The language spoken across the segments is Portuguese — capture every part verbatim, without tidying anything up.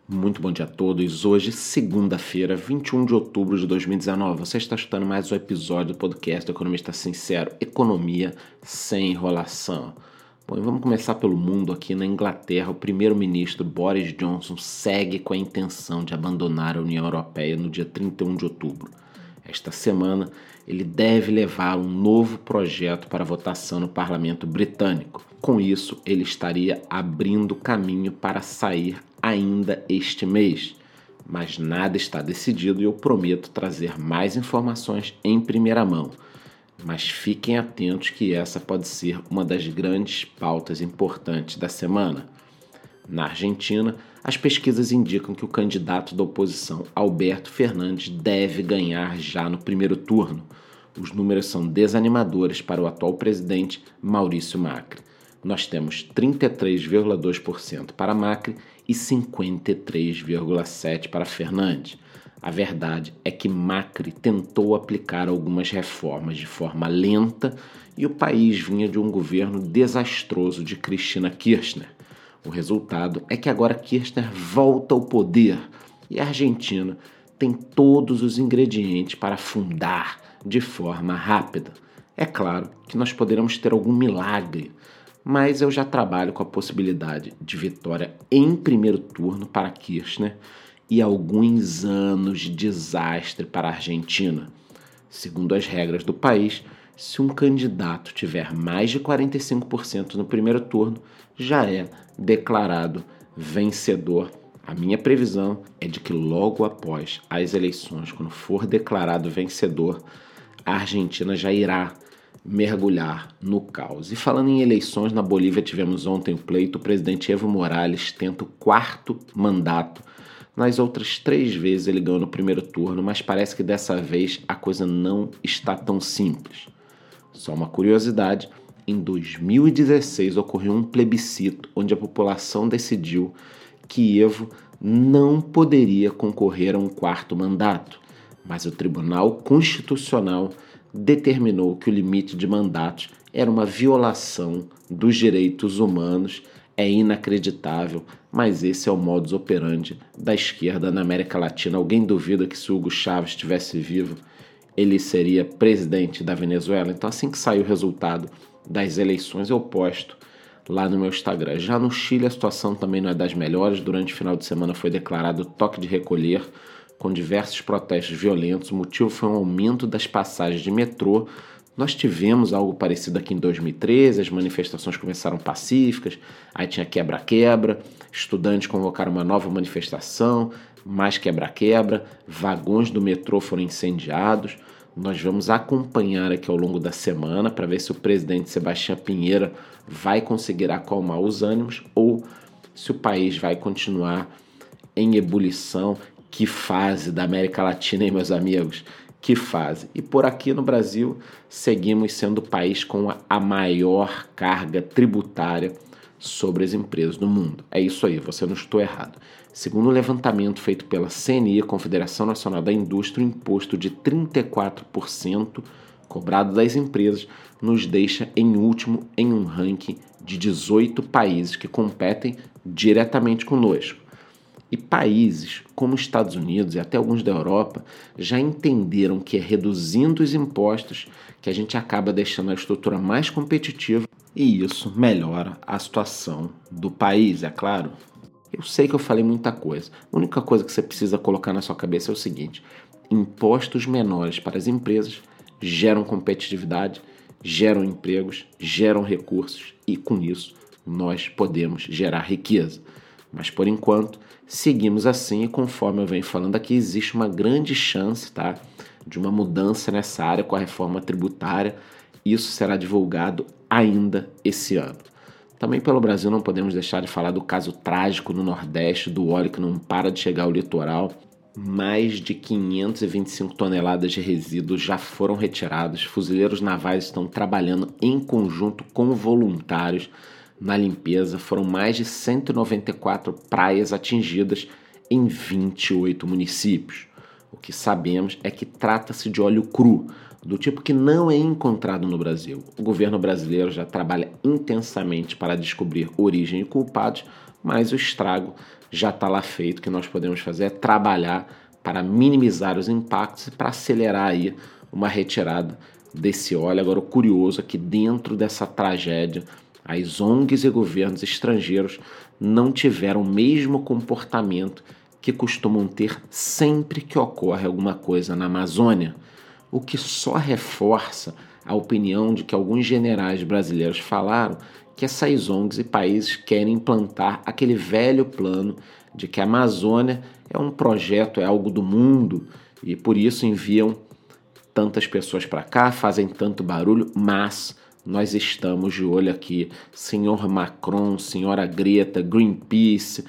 Muito bom dia a todos. Hoje, segunda-feira, vinte e um de outubro de dois mil e dezenove. Você está escutando mais um episódio do podcast do Economista Sincero, Economia sem enrolação. Bom, e vamos começar pelo mundo. Aqui na Inglaterra, o primeiro-ministro Boris Johnson segue com a intenção de abandonar a União Europeia no dia trinta e um de outubro. Esta semana, ele deve levar um novo projeto para votação no parlamento britânico. Com isso, ele estaria abrindo caminho para sair ainda este mês. Mas nada está decidido e eu prometo trazer mais informações em primeira mão. Mas fiquem atentos que essa pode ser uma das grandes pautas importantes da semana. Na Argentina, as pesquisas indicam que o candidato da oposição, Alberto Fernandes, deve ganhar já no primeiro turno. Os números são desanimadores para o atual presidente, Maurício Macri. Nós temos trinta e três vírgula dois por cento para Macri e cinquenta e três vírgula sete por cento para Fernandes. A verdade é que Macri tentou aplicar algumas reformas de forma lenta e o país vinha de um governo desastroso de Cristina Kirchner. O resultado é que agora Kirchner volta ao poder e a Argentina tem todos os ingredientes para afundar de forma rápida. É claro que nós poderemos ter algum milagre, mas eu já trabalho com a possibilidade de vitória em primeiro turno para Kirchner e alguns anos de desastre para a Argentina. Segundo as regras do país, se um candidato tiver mais de quarenta e cinco por cento no primeiro turno, já é declarado vencedor. A minha previsão é de que logo após as eleições, quando for declarado vencedor, a Argentina já irá mergulhar no caos. E falando em eleições, na Bolívia tivemos ontem o pleito. O presidente Evo Morales tenta o quarto mandato. Nas outras três vezes ele ganhou no primeiro turno, mas parece que dessa vez a coisa não está tão simples. Só uma curiosidade, em dois mil e dezesseis ocorreu um plebiscito onde a população decidiu que Evo não poderia concorrer a um quarto mandato, mas o Tribunal Constitucional determinou que o limite de mandatos era uma violação dos direitos humanos. É inacreditável, mas esse é o modus operandi da esquerda na América Latina. Alguém duvida que se Hugo Chávez estivesse vivo, ele seria presidente da Venezuela? Então, assim que sair o resultado das eleições, eu posto lá no meu Instagram. Já no Chile, a situação também não é das melhores. Durante o final de semana foi declarado toque de recolher, com diversos protestos violentos. O motivo foi um aumento das passagens de metrô. Nós tivemos algo parecido aqui em dois mil e treze, as manifestações começaram pacíficas, aí tinha quebra-quebra, estudantes convocaram uma nova manifestação, mais quebra-quebra, vagões do metrô foram incendiados. Nós vamos acompanhar aqui ao longo da semana para ver se o presidente Sebastião Pinheira vai conseguir acalmar os ânimos ou se o país vai continuar em ebulição. Que fase da América Latina, hein, meus amigos? Que fase. E por aqui no Brasil, seguimos sendo o país com a maior carga tributária sobre as empresas do mundo. É isso aí, você não estou errado. Segundo o levantamento feito pela C N I, Confederação Nacional da Indústria, o imposto de trinta e quatro por cento cobrado das empresas nos deixa em último em um ranking de dezoito países que competem diretamente conosco. E países como os Estados Unidos e até alguns da Europa já entenderam que é reduzindo os impostos que a gente acaba deixando a estrutura mais competitiva e isso melhora a situação do país, é claro. Eu sei que eu falei muita coisa. A única coisa que você precisa colocar na sua cabeça é o seguinte: impostos menores para as empresas geram competitividade, geram empregos, geram recursos e com isso nós podemos gerar riqueza. Mas, por enquanto, seguimos assim e, conforme eu venho falando aqui, existe uma grande chance, tá, de uma mudança nessa área com a reforma tributária. Isso será divulgado ainda esse ano. Também pelo Brasil não podemos deixar de falar do caso trágico no Nordeste, do óleo que não para de chegar ao litoral. Mais de quinhentas e vinte e cinco toneladas de resíduos já foram retirados. Fuzileiros navais estão trabalhando em conjunto com voluntários na limpeza. Foram mais de cento e noventa e quatro praias atingidas em vinte e oito municípios. O que sabemos é que trata-se de óleo cru, do tipo que não é encontrado no Brasil. O governo brasileiro já trabalha intensamente para descobrir origem e culpados, mas o estrago já está lá feito. O que nós podemos fazer é trabalhar para minimizar os impactos e para acelerar aí uma retirada desse óleo. Agora, o curioso é que dentro dessa tragédia, as O N Gs e governos estrangeiros não tiveram o mesmo comportamento que costumam ter sempre que ocorre alguma coisa na Amazônia, o que só reforça a opinião de que alguns generais brasileiros falaram que essas O N Gs e países querem implantar aquele velho plano de que a Amazônia é um projeto, é algo do mundo, e por isso enviam tantas pessoas para cá, fazem tanto barulho, mas nós estamos de olho aqui, senhor Macron, senhora Greta, Greenpeace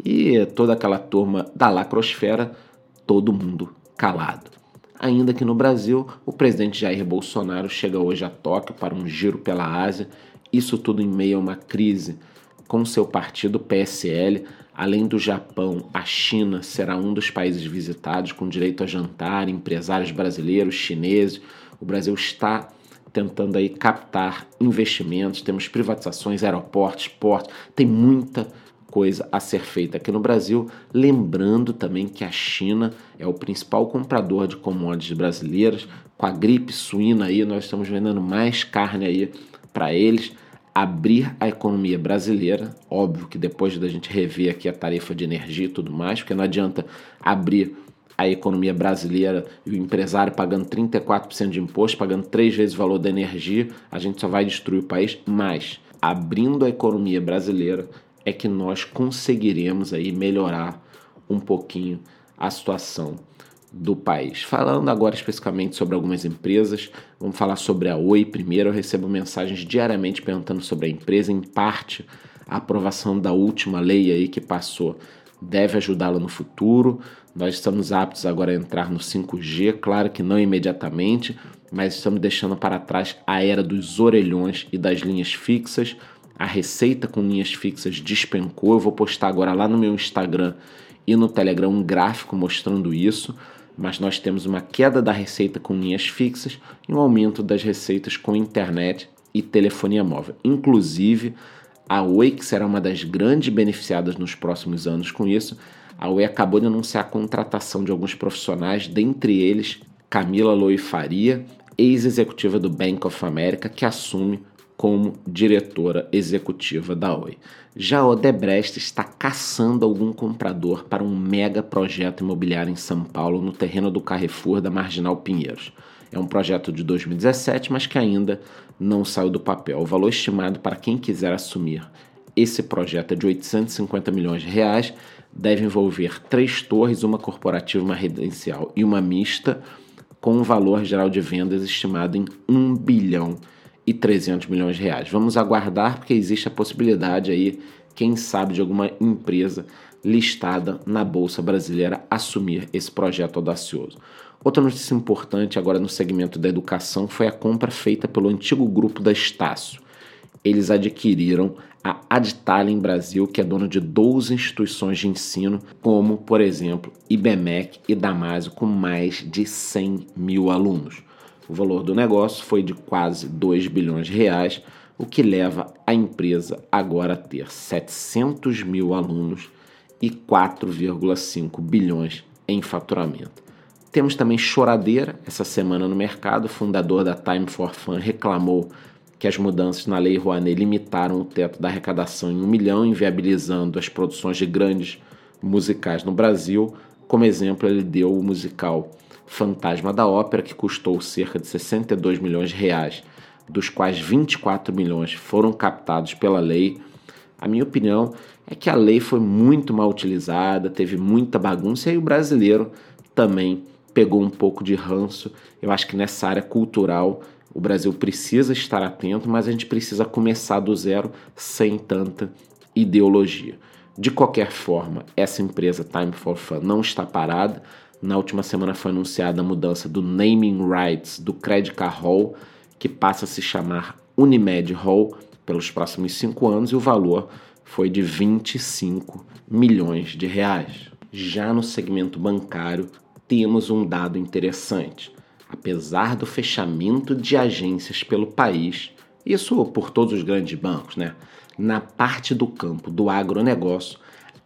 e toda aquela turma da lacrosfera, todo mundo calado. Ainda que no Brasil, o presidente Jair Bolsonaro chega hoje a Tóquio para um giro pela Ásia, isso tudo em meio a uma crise com seu partido P S L. Além do Japão, a China será um dos países visitados com direito a jantar, empresários brasileiros, chineses. O Brasil está tentando aí captar investimentos, temos privatizações, aeroportos, portos, tem muita coisa a ser feita aqui no Brasil, lembrando também que a China é o principal comprador de commodities brasileiras. Com a gripe suína aí, nós estamos vendendo mais carne aí para eles. Abrir a economia brasileira, óbvio que depois da gente rever aqui a tarifa de energia e tudo mais, porque não adianta abrir a economia brasileira e o empresário pagando trinta e quatro por cento de imposto, pagando três vezes o valor da energia, a gente só vai destruir o país. Mas abrindo a economia brasileira é que nós conseguiremos aí melhorar um pouquinho a situação do país. Falando agora especificamente sobre algumas empresas, vamos falar sobre a Oi primeiro. Eu recebo mensagens diariamente perguntando sobre a empresa. Em parte, a aprovação da última lei aí que passou deve ajudá-la no futuro. Nós estamos aptos agora a entrar no cinco G, claro que não imediatamente, mas estamos deixando para trás a era dos orelhões e das linhas fixas. A receita com linhas fixas despencou. Eu vou postar agora lá no meu Instagram e no Telegram um gráfico mostrando isso, mas nós temos uma queda da receita com linhas fixas e um aumento das receitas com internet e telefonia móvel. Inclusive, a Oi, que será uma das grandes beneficiadas nos próximos anos com isso, a Oi acabou de anunciar a contratação de alguns profissionais, dentre eles Camila Loi Faria, ex-executiva do Bank of America, que assume como diretora executiva da Oi. Já a Odebrecht está caçando algum comprador para um mega projeto imobiliário em São Paulo, no terreno do Carrefour da Marginal Pinheiros. É um projeto de dois mil e dezessete, mas que ainda não saiu do papel. O valor estimado para quem quiser assumir esse projeto é de oitocentos e cinquenta milhões de reais, deve envolver três torres, uma corporativa, uma residencial e uma mista, com um valor geral de vendas estimado em um bilhão e trezentos milhões de reais. Vamos aguardar, porque existe a possibilidade aí, quem sabe, de alguma empresa listada na Bolsa Brasileira assumir esse projeto audacioso. Outra notícia importante agora no segmento da educação foi a compra feita pelo antigo grupo da Estácio. Eles adquiriram a Adtalem Brasil, que é dona de doze instituições de ensino, como, por exemplo, IBMEC e Damásio, com mais de cem mil alunos. O valor do negócio foi de quase dois bilhões de reais, o que leva a empresa agora a ter setecentos mil alunos e quatro vírgula cinco bilhões em faturamento. Temos também choradeira essa semana no mercado. O fundador da Time for Fun reclamou que as mudanças na Lei Rouanet limitaram o teto da arrecadação em um milhão, inviabilizando as produções de grandes musicais no Brasil. Como exemplo, ele deu o musical Fantasma da Ópera, que custou cerca de sessenta e dois milhões de reais, dos quais vinte e quatro milhões foram captados pela lei. A minha opinião é que a lei foi muito mal utilizada, teve muita bagunça e o brasileiro também pegou um pouco de ranço. Eu acho que nessa área cultural o Brasil precisa estar atento, mas a gente precisa começar do zero sem tanta ideologia. De qualquer forma, essa empresa Time for Fun não está parada. Na última semana foi anunciada a mudança do naming rights do Credit Card Hall, que passa a se chamar Unimed Hall pelos próximos cinco anos, e o valor foi de vinte e cinco milhões de reais. Já no segmento bancário, temos um dado interessante. Apesar do fechamento de agências pelo país, isso por todos os grandes bancos, né? Na parte do campo do agronegócio,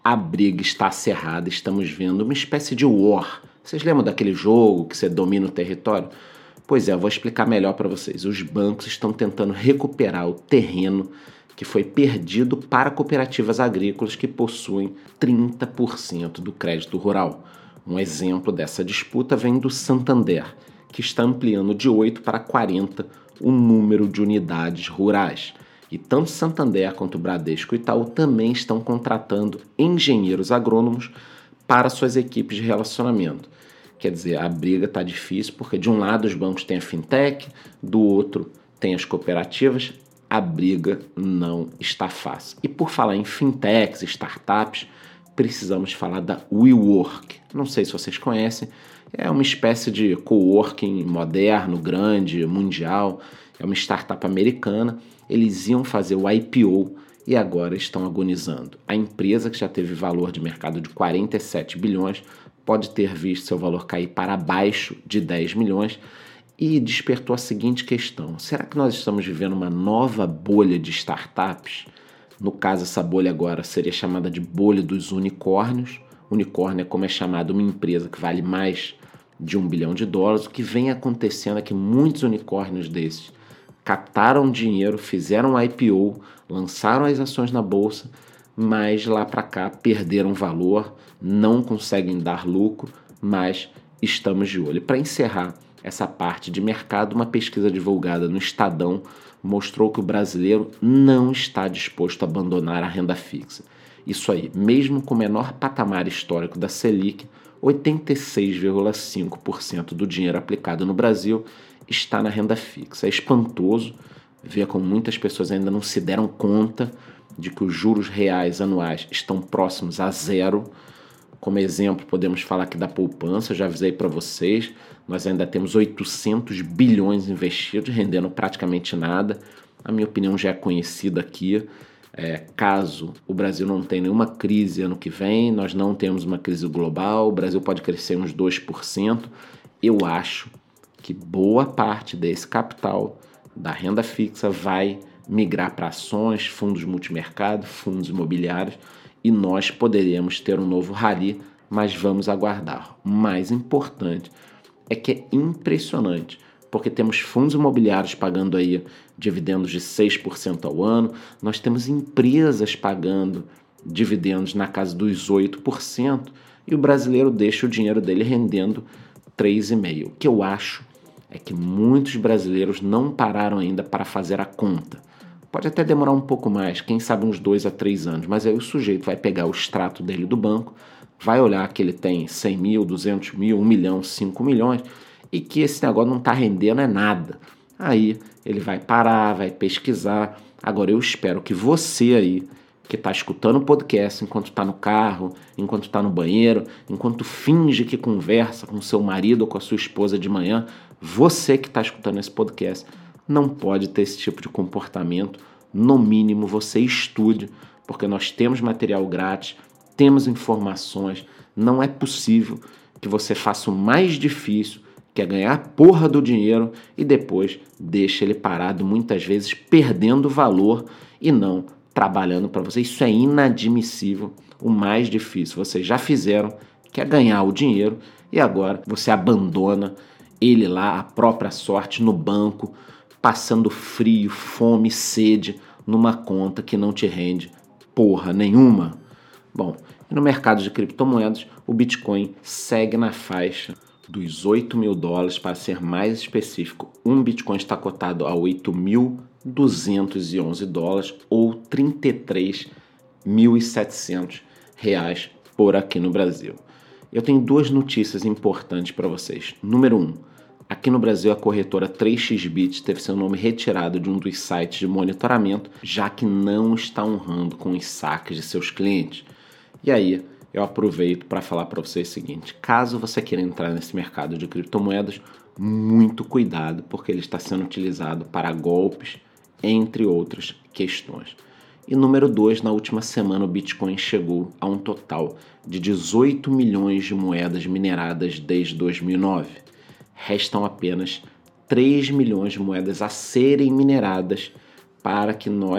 a briga está acirrada, estamos vendo uma espécie de war. Vocês lembram daquele jogo que você domina o território? Pois é, eu vou explicar melhor para vocês. Os bancos estão tentando recuperar o terreno que foi perdido para cooperativas agrícolas que possuem trinta por cento do crédito rural. Um exemplo dessa disputa vem do Santander, que está ampliando de oito para quarenta o número de unidades rurais. E tanto Santander quanto Bradesco e Itaú também estão contratando engenheiros agrônomos para suas equipes de relacionamento. Quer dizer, a briga está difícil porque de um lado os bancos têm a fintech, do outro tem as cooperativas. A briga não está fácil. E por falar em fintechs, startups, precisamos falar da WeWork. Não sei se vocês conhecem, é uma espécie de coworking moderno, grande, mundial. É uma startup americana. Eles iam fazer o I P O e agora estão agonizando. A empresa, que já teve valor de mercado de quarenta e sete bilhões, pode ter visto seu valor cair para abaixo de dez milhões e despertou a seguinte questão: será que nós estamos vivendo uma nova bolha de startups? No caso, essa bolha agora seria chamada de bolha dos unicórnios. Unicórnio é como é chamada uma empresa que vale mais de um bilhão de dólares. O que vem acontecendo é que muitos unicórnios desses captaram dinheiro, fizeram um I P O, lançaram as ações na bolsa, mas lá para cá perderam valor, não conseguem dar lucro, mas estamos de olho. Para encerrar essa parte de mercado, uma pesquisa divulgada no Estadão mostrou que o brasileiro não está disposto a abandonar a renda fixa. Isso aí, mesmo com o menor patamar histórico da Selic, oitenta e seis vírgula cinco por cento do dinheiro aplicado no Brasil está na renda fixa. É espantoso ver como muitas pessoas ainda não se deram conta de que os juros reais anuais estão próximos a zero. Como exemplo, podemos falar aqui da poupança. Eu já avisei para vocês, nós ainda temos oitocentos bilhões investidos, rendendo praticamente nada. A minha opinião já é conhecida aqui. É, caso o Brasil não tenha nenhuma crise ano que vem, nós não temos uma crise global, o Brasil pode crescer uns dois por cento. Eu acho que boa parte desse capital da renda fixa vai migrar para ações, fundos multimercado, fundos imobiliários, e nós poderemos ter um novo rally, mas vamos aguardar. O mais importante é que é impressionante, porque temos fundos imobiliários pagando aí dividendos de seis por cento ao ano, nós temos empresas pagando dividendos na casa dos oito por cento, e o brasileiro deixa o dinheiro dele rendendo três vírgula cinco por cento. O que eu acho é que muitos brasileiros não pararam ainda para fazer a conta. Pode até demorar um pouco mais, quem sabe uns dois a três anos, mas aí o sujeito vai pegar o extrato dele do banco, vai olhar que ele tem cem mil, duzentos mil, um milhão, cinco milhões e que esse negócio não está rendendo é nada. Aí ele vai parar, vai pesquisar. Agora eu espero que você aí, que está escutando o podcast enquanto está no carro, enquanto está no banheiro, enquanto finge que conversa com seu marido ou com a sua esposa de manhã, você que está escutando esse podcast não pode ter esse tipo de comportamento. No mínimo você estude, porque nós temos material grátis, temos informações. Não é possível que você faça o mais difícil, que é ganhar a porra do dinheiro e depois deixe ele parado, muitas vezes perdendo valor e não trabalhando para você. Isso é inadmissível. O mais difícil vocês já fizeram, que é ganhar o dinheiro, e agora você abandona ele lá, a própria sorte, no banco, passando frio, fome, sede, numa conta que não te rende porra nenhuma. Bom, e no mercado de criptomoedas, o Bitcoin segue na faixa dos oito mil dólares, para ser mais específico. Um Bitcoin está cotado a oito mil duzentos e onze dólares ou trinta e três mil e setecentos reais por aqui no Brasil. Eu tenho duas notícias importantes para vocês. Número um, aqui no Brasil a corretora três x bit teve seu nome retirado de um dos sites de monitoramento, já que não está honrando com os saques de seus clientes. E aí, eu aproveito para falar para vocês o seguinte: caso você queira entrar nesse mercado de criptomoedas, muito cuidado, porque ele está sendo utilizado para golpes, entre outras questões. E número dois, na última semana o Bitcoin chegou a um total de dezoito milhões de moedas mineradas desde dois mil e nove. Restam apenas três milhões de moedas a serem mineradas para que nós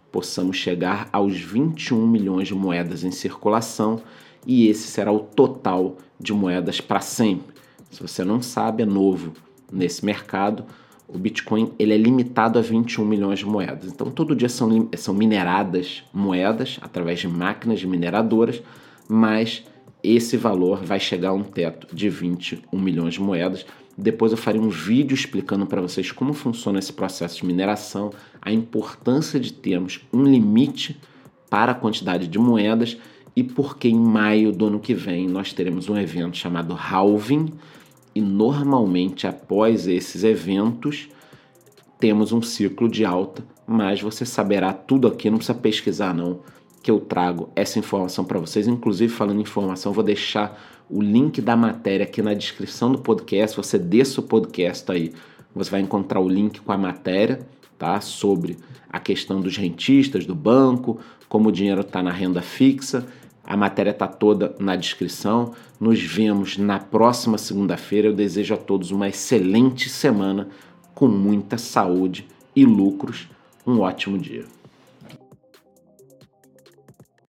possamos chegar aos vinte e um milhões de moedas em circulação, e esse será o total de moedas para sempre. Se você não sabe, é novo nesse mercado, o Bitcoin ele é limitado a vinte e um milhões de moedas. Então, todo dia são, são mineradas moedas através de máquinas mineradoras, mas esse valor vai chegar a um teto de vinte e um milhões de moedas. Depois eu farei um vídeo explicando para vocês como funciona esse processo de mineração, a importância de termos um limite para a quantidade de moedas e porque em maio do ano que vem nós teremos um evento chamado Halving, e normalmente após esses eventos temos um ciclo de alta, mas você saberá tudo aqui, não precisa pesquisar não, que eu trago essa informação para vocês. Inclusive, falando em informação, vou deixar o link da matéria aqui na descrição do podcast. Você desce o podcast aí, você vai encontrar o link com a matéria, tá? Sobre a questão dos rentistas, do banco, como o dinheiro está na renda fixa. A matéria está toda na descrição. Nos vemos na próxima segunda-feira. Eu desejo a todos uma excelente semana, com muita saúde e lucros. Um ótimo dia.